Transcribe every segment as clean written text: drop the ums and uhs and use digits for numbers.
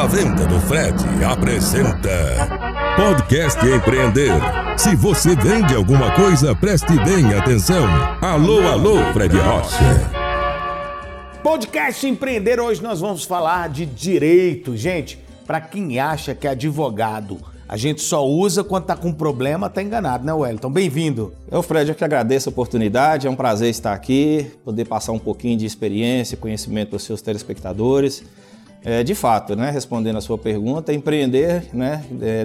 A Venda do Fred apresenta Podcast Empreender. Se você vende alguma coisa, preste bem atenção. Alô, alô, Fred Rocha. Podcast Empreender, hoje nós vamos falar de direito. Gente, para quem acha que é advogado a gente só usa quando tá com problema, tá enganado, né, Wellington? Bem-vindo. Fred, eu que agradeço a oportunidade, é um prazer estar aqui, poder passar um pouquinho de experiência e conhecimento para os seus telespectadores. De fato, né, respondendo a sua pergunta, empreender, né,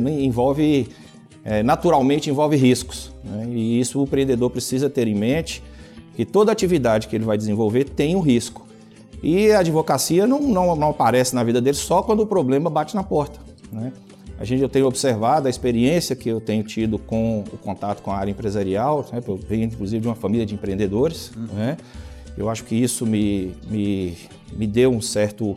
naturalmente envolve riscos, né, e isso o empreendedor precisa ter em mente, que toda atividade que ele vai desenvolver tem um risco. E a advocacia não aparece na vida dele só quando o problema bate na porta, né? Eu tenho observado a experiência que eu tenho tido com o contato com a área empresarial, né? Eu venho inclusive de uma família de empreendedores, né? Eu acho que isso me deu um certo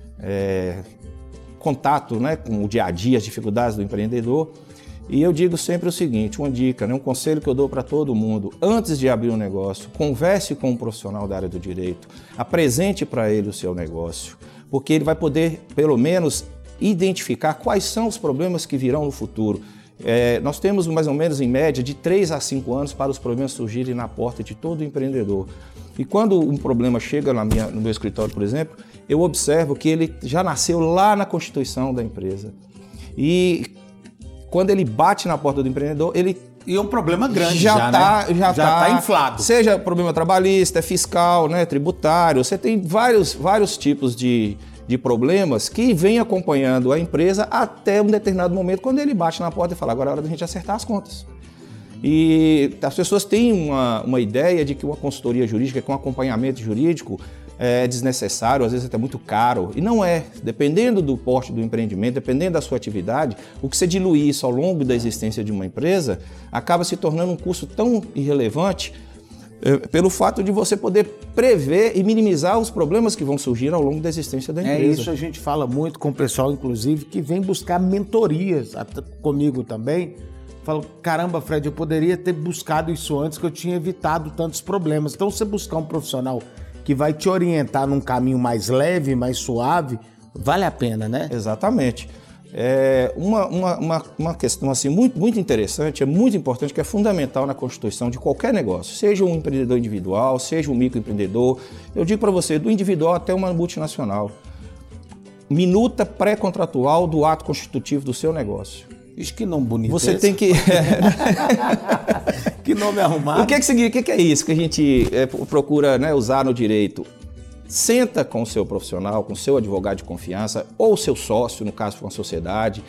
contato, né, com o dia a dia, as dificuldades do empreendedor. E eu digo sempre o seguinte, uma dica, né, um conselho que eu dou para todo mundo: antes de abrir um negócio, converse com um profissional da área do direito, apresente para ele o seu negócio, porque ele vai poder, pelo menos, identificar quais são os problemas que virão no futuro. Nós temos mais ou menos em média de 3 a 5 anos para os problemas surgirem na porta de todo empreendedor. E quando um problema chega no meu escritório, por exemplo, eu observo que ele já nasceu lá na constituição da empresa. E quando ele bate na porta do empreendedor, E é um problema grande já tá inflado. Seja problema trabalhista, fiscal, né, tributário, você tem vários tipos de problemas que vêm acompanhando a empresa até um determinado momento, quando ele bate na porta e fala: agora é hora da gente acertar as contas. E as pessoas têm uma ideia de que uma consultoria jurídica, que um acompanhamento jurídico é desnecessário, às vezes até muito caro, e não é. Dependendo do porte do empreendimento, dependendo da sua atividade, o que você diluir isso ao longo da existência de uma empresa acaba se tornando um custo tão irrelevante pelo fato de você poder prever e minimizar os problemas que vão surgir ao longo da existência da empresa. Isso a gente fala muito com o pessoal, inclusive, que vem buscar mentorias, até comigo também. Falo: caramba, Fred, eu poderia ter buscado isso antes, que eu tinha evitado tantos problemas. Então, você buscar um profissional que vai te orientar num caminho mais leve, mais suave, vale a pena, né? Exatamente. Uma questão assim, muito interessante, é muito importante, que é fundamental na constituição de qualquer negócio, seja um empreendedor individual, seja um microempreendedor. Eu digo para você, do individual até uma multinacional: minuta pré-contratual do ato constitutivo do seu negócio. Isso, que nome bonito. Você tem que... Que nome arrumado. O que é isso que a gente procura, né, usar no direito? Senta com o seu profissional, com o seu advogado de confiança, ou o seu sócio, no caso for uma sociedade.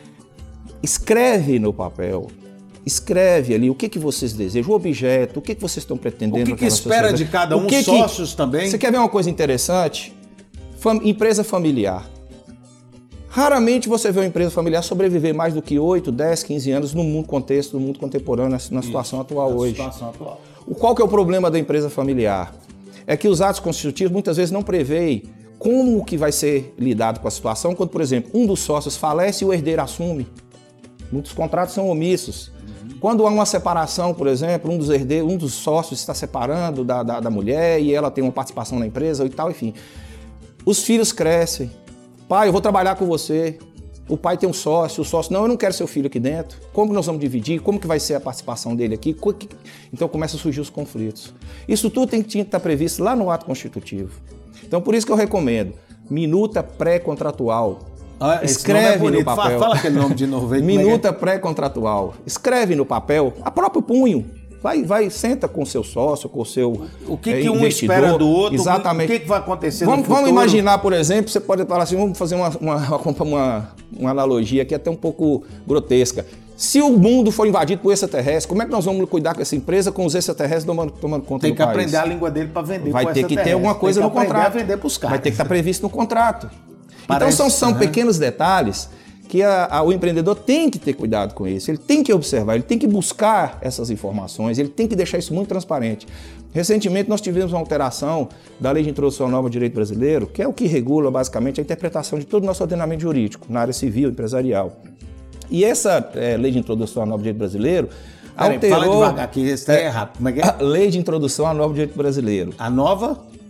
Escreve no papel, escreve ali o que vocês desejam, o objeto, o que vocês estão pretendendo. O que espera de cada um, sócios também. Você quer ver uma coisa interessante? Empresa familiar. Raramente você vê uma empresa familiar sobreviver mais do que 8, 10, 15 anos no mundo contemporâneo, na situação atual hoje. Qual que é o problema da empresa familiar? É que os atos constitutivos muitas vezes não preveem como que vai ser lidado com a situação quando, por exemplo, um dos sócios falece e o herdeiro assume. Muitos contratos são omissos. Quando há uma separação, por exemplo, um dos sócios está separando da mulher e ela tem uma participação na empresa e tal, enfim. Os filhos crescem. Pai, eu vou trabalhar com você. O pai tem um sócio, o sócio: não, eu não quero seu filho aqui dentro. Como nós vamos dividir? Como que vai ser a participação dele aqui? Então começam a surgir os conflitos. Isso tudo tinha que estar previsto lá no ato constitutivo. Então por isso que eu recomendo minuta pré-contratual. Escreve no papel. Fala aquele nome de novo aí. Minuta pré-contratual. Escreve no papel, a próprio punho. Vai, senta com o seu sócio, com o seu O que um investidor. espera do outro? Exatamente. O que vai acontecer no futuro? Vamos imaginar, por exemplo, você pode falar assim, vamos fazer uma analogia aqui até um pouco grotesca. Se o mundo for invadido por extraterrestres, como é que nós vamos cuidar com essa empresa com os extraterrestres tomando conta do país? Tem que aprender a língua dele para vender. Vai ter que ter alguma coisa no contrato. Vai vender pros caras. Vai ter que estar previsto no contrato. Então são pequenos detalhes que o empreendedor tem que ter cuidado com isso, ele tem que observar, ele tem que buscar essas informações, ele tem que deixar isso muito transparente. Recentemente nós tivemos uma alteração da Lei de Introdução à Norma do Direito Brasileiro, que é o que regula basicamente a interpretação de todo o nosso ordenamento jurídico na área civil e empresarial. E essa Lei de Introdução à Norma do Direito Brasileiro alterou... Fala devagar aqui, esse é rápido. Como é que é? A Lei de Introdução à Norma do Direito Brasileiro. A nova?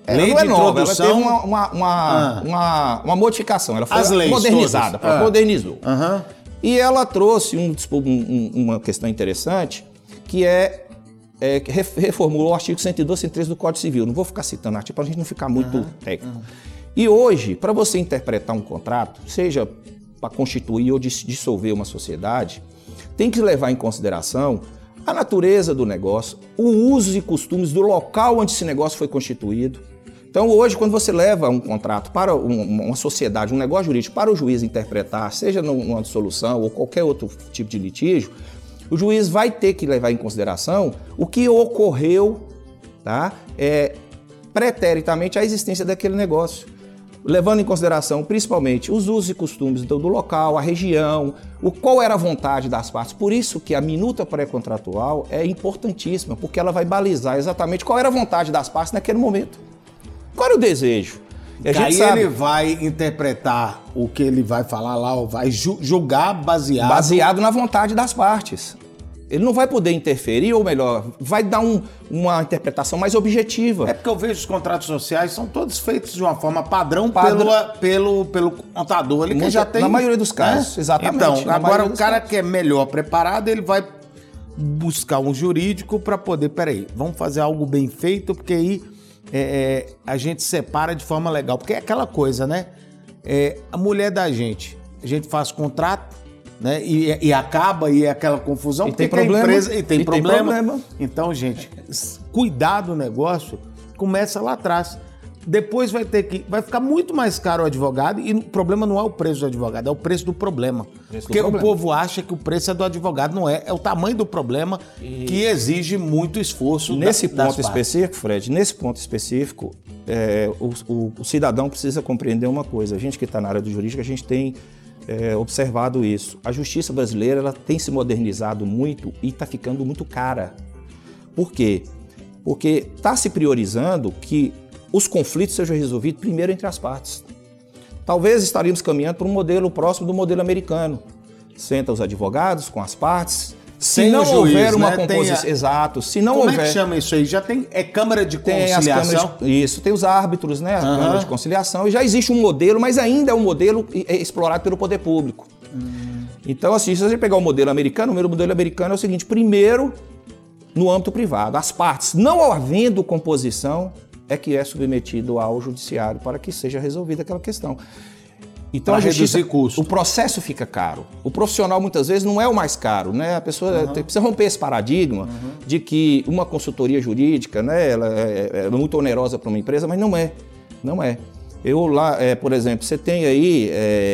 Ela não é nova, ela teve uma modificação, ela foi modernizada, modernizou. E ela trouxe uma questão interessante, que reformulou o artigo 112, 113 do Código Civil. Não vou ficar citando o artigo para a gente não ficar muito técnico. E hoje, para você interpretar um contrato, seja para constituir ou dissolver uma sociedade, tem que levar em consideração a natureza do negócio, o uso e costumes do local onde esse negócio foi constituído. Então, hoje, quando você leva um contrato para uma sociedade, um negócio jurídico, para o juiz interpretar, seja numa dissolução ou qualquer outro tipo de litígio, o juiz vai ter que levar em consideração o que ocorreu, tá? Preteritamente a existência daquele negócio, levando em consideração principalmente os usos e costumes do local, a região, qual era a vontade das partes. Por isso que a minuta pré-contratual é importantíssima, porque ela vai balizar exatamente qual era a vontade das partes naquele momento. Qual era o desejo? E aí ele vai interpretar o que ele vai falar lá, ou vai julgar baseado na vontade das partes. Ele não vai poder interferir, ou melhor, vai dar uma interpretação mais objetiva. É porque eu vejo os contratos sociais são todos feitos de uma forma padrão. Pelo contador. Ele que já tem, na maioria dos casos, exatamente. Então, agora o cara que é melhor preparado, ele vai buscar um jurídico para poder, peraí, vamos fazer algo bem feito, porque aí a gente separa de forma legal. Porque é aquela coisa, né? A mulher da gente, a gente faz contrato, né? E acaba, e é aquela confusão, porque tem problema, tem problema. Então, gente, cuidar do negócio começa lá atrás. Depois vai ficar muito mais caro o advogado, e o problema não é o preço do advogado, é o preço do problema. Porque o povo acha que o preço é do advogado, não é. É o tamanho do problema que exige muito esforço. Nesse ponto específico, Fred, o cidadão precisa compreender uma coisa. A gente que está na área do jurídico, a gente tem observado isso. A justiça brasileira ela tem se modernizado muito e está ficando muito cara. Por quê? Porque está se priorizando que os conflitos sejam resolvidos primeiro entre as partes. Talvez estaríamos caminhando para um modelo próximo do modelo americano. Senta os advogados com as partes. Se não houver uma composição... Exato. Se não houver... Como é que chama isso aí? Já tem... Câmara de Conciliação? Isso, tem os árbitros, né? A Câmara de Conciliação. E já existe um modelo, mas ainda é um modelo explorado pelo poder público. Então, assim, se você pegar o modelo americano é o seguinte: primeiro, no âmbito privado, as partes, não havendo composição, é que é submetido ao judiciário para que seja resolvida aquela questão. Então, a justiça, o processo fica caro. O profissional, muitas vezes, não é o mais caro, né? A pessoa precisa romper esse paradigma de que uma consultoria jurídica, né, ela é muito onerosa para uma empresa, mas não é. Não é. Eu lá, por exemplo, você tem aí...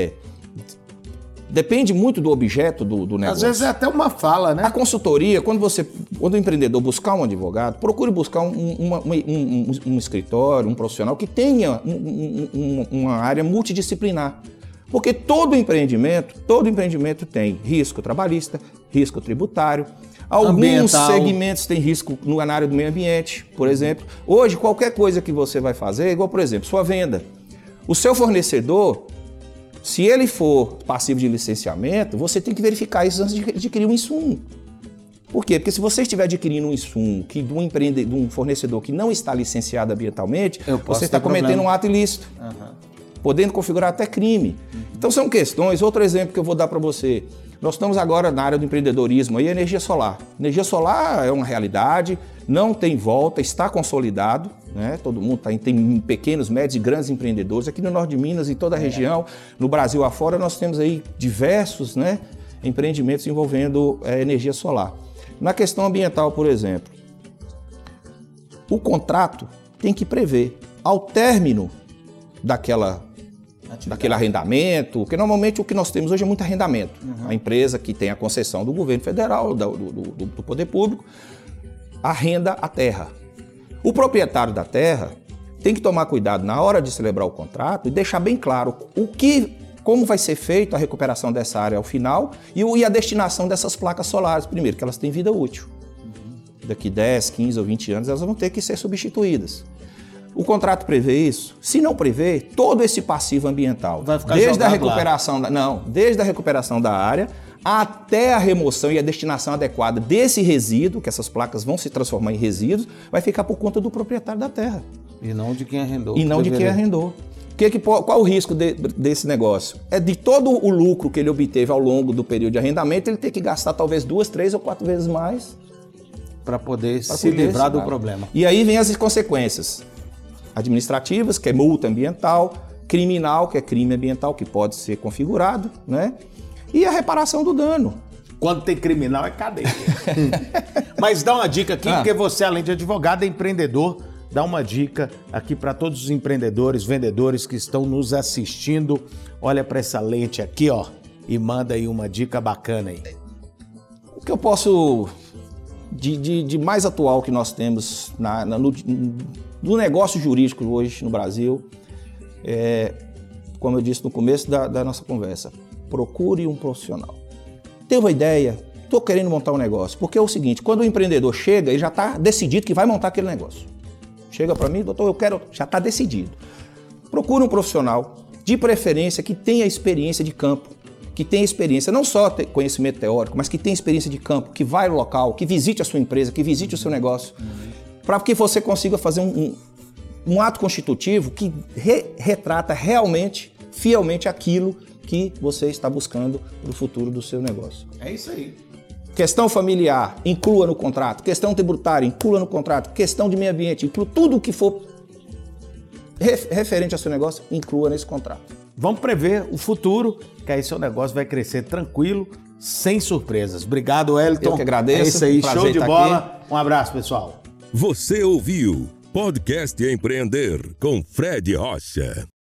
Depende muito do objeto do negócio. Às vezes é até uma fala, né? A consultoria, quando o empreendedor buscar um advogado, procure buscar um escritório, um profissional que tenha uma área multidisciplinar. Porque todo empreendimento tem risco trabalhista, risco tributário, alguns segmentos têm risco na área do meio ambiente, por exemplo. Hoje, qualquer coisa que você vai fazer, igual, por exemplo, sua venda. O seu fornecedor... Se ele for passivo de licenciamento, você tem que verificar isso antes de adquirir um insumo. Por quê? Porque se você estiver adquirindo um insumo de um fornecedor que não está licenciado ambientalmente, você está cometendo um ato ilícito, podendo configurar até crime. Então são questões. Outro exemplo que eu vou dar para você. Nós estamos agora na área do empreendedorismo, aí, energia solar. Energia solar é uma realidade, não tem volta, está consolidado, né? Todo mundo tem pequenos, médios e grandes empreendedores. Aqui no norte de Minas, em toda a região, no Brasil afora, nós temos aí diversos, né, empreendimentos envolvendo energia solar. Na questão ambiental, por exemplo, o contrato tem que prever, ao término daquele arrendamento, porque normalmente o que nós temos hoje é muito arrendamento. A empresa que tem a concessão do governo federal, do poder público, arrenda a terra. O proprietário da terra tem que tomar cuidado na hora de celebrar o contrato e deixar bem claro como vai ser feita a recuperação dessa área ao final e a destinação dessas placas solares. Primeiro, que elas têm vida útil. Daqui 10, 15 ou 20 anos elas vão ter que ser substituídas. O contrato prevê isso? Se não prevê, todo esse passivo ambiental, desde a recuperação da área até a remoção e a destinação adequada desse resíduo, que essas placas vão se transformar em resíduos, vai ficar por conta do proprietário da terra. E não de quem arrendou. E não de quem arrendou. Qual o risco desse negócio? É de todo o lucro que ele obteve ao longo do período de arrendamento, ele ter que gastar talvez 2, 3 ou 4 vezes mais para poder se livrar do problema. E aí vem as consequências administrativas, que é multa ambiental, criminal, que é crime ambiental, que pode ser configurado, né? E a reparação do dano. Quando tem criminal é cadeia. Mas dá uma dica aqui, porque você, além de advogado, é empreendedor. Dá uma dica aqui para todos os empreendedores, vendedores que estão nos assistindo. Olha para essa lente aqui, ó, e manda aí uma dica bacana aí. O que eu posso de mais atual que nós temos no negócio jurídico hoje no Brasil é, como eu disse no começo da nossa conversa, procure um profissional. Teve uma ideia, estou querendo montar um negócio, porque é o seguinte, quando o empreendedor chega, ele já está decidido que vai montar aquele negócio. Chega para mim, doutor, já está decidido. Procure um profissional, de preferência, que tenha experiência de campo, que tenha experiência, não só conhecimento teórico, mas que tenha experiência de campo, que vai ao local, que visite a sua empresa, que visite o seu negócio, para que você consiga fazer um ato constitutivo que retrata realmente, fielmente aquilo que você está buscando para o futuro do seu negócio. É isso aí. Questão familiar, inclua no contrato. Questão tributária, inclua no contrato. Questão de meio ambiente, inclua tudo o que for referente ao seu negócio, inclua nesse contrato. Vamos prever o futuro, que aí seu negócio vai crescer tranquilo, sem surpresas. Obrigado, Wellington. Eu que agradeço. É isso aí, show de bola. Aqui. Um abraço, pessoal. Você ouviu Podcast Empreender com Fred Rocha.